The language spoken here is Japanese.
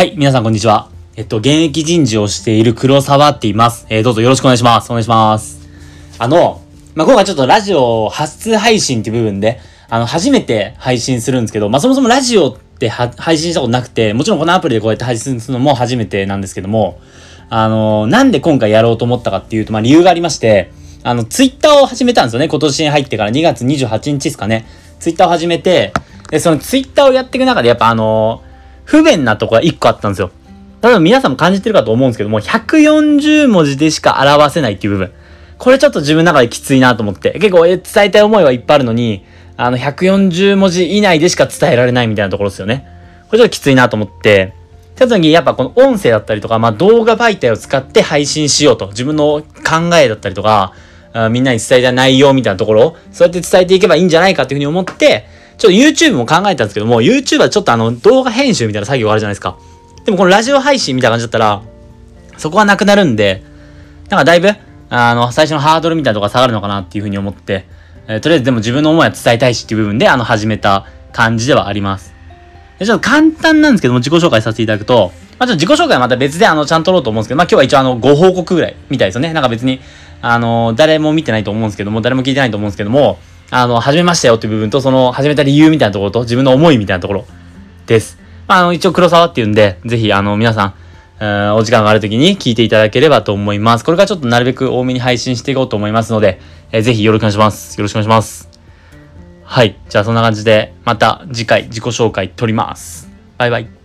はい、皆さんこんにちは。現役人事をしている黒沢って言います。どうぞよろしくお願いします。お願いします。今回ちょっとラジオ初配信っていう部分で、初めて配信するんですけど、そもそもラジオって配信したことなくて、もちろんこのアプリでこうやって配信するのも初めてなんですけども、なんで今回やろうと思ったかっていうと、理由がありまして、ツイッターを始めたんですよね。今年に入ってから2月28日ですかね。ツイッターを始めて、で、そのツイッターをやっていく中でやっぱ不便なところが1個あったんですよ。多分皆さんも感じてるかと思うんですけども、140文字でしか表せないっていう部分。これちょっと自分の中できついなと思って。結構伝えたい思いはいっぱいあるのに、140文字以内でしか伝えられないみたいなところですよね。これちょっときついなと思って、た時にやっぱこの音声だったりとか、動画媒体を使って配信しようと。自分の考えだったりとか、みんなに伝えたい内容みたいなところを、そうやって伝えていけばいいんじゃないかっていうふうに思って、ちょっと YouTube も考えたんですけども、YouTube はちょっと動画編集みたいな作業があるじゃないですか。でもこのラジオ配信みたいな感じだったら、そこはなくなるんで、だいぶ、最初のハードルみたいなところが下がるのかなっていうふうに思って、とりあえずでも自分の思いは伝えたいしっていう部分で、始めた感じではあります。でちょっと簡単なんですけども、自己紹介させていただくと、ちょっと自己紹介はまた別でちゃんと撮ろうと思うんですけど、今日は一応ご報告ぐらいみたいですよね。別に、誰も見てないと思うんですけども、誰も聞いてないと思うんですけども、始めましたよっていう部分と、その、始めた理由みたいなところと、自分の思いみたいなところです。一応黒沢っていうんで、ぜひ、皆さん、お時間があるときに聞いていただければと思います。これからちょっとなるべく多めに配信していこうと思いますので、ぜひよろしくお願いします。よろしくお願いします。はい。じゃあそんな感じで、また次回自己紹介撮ります。バイバイ。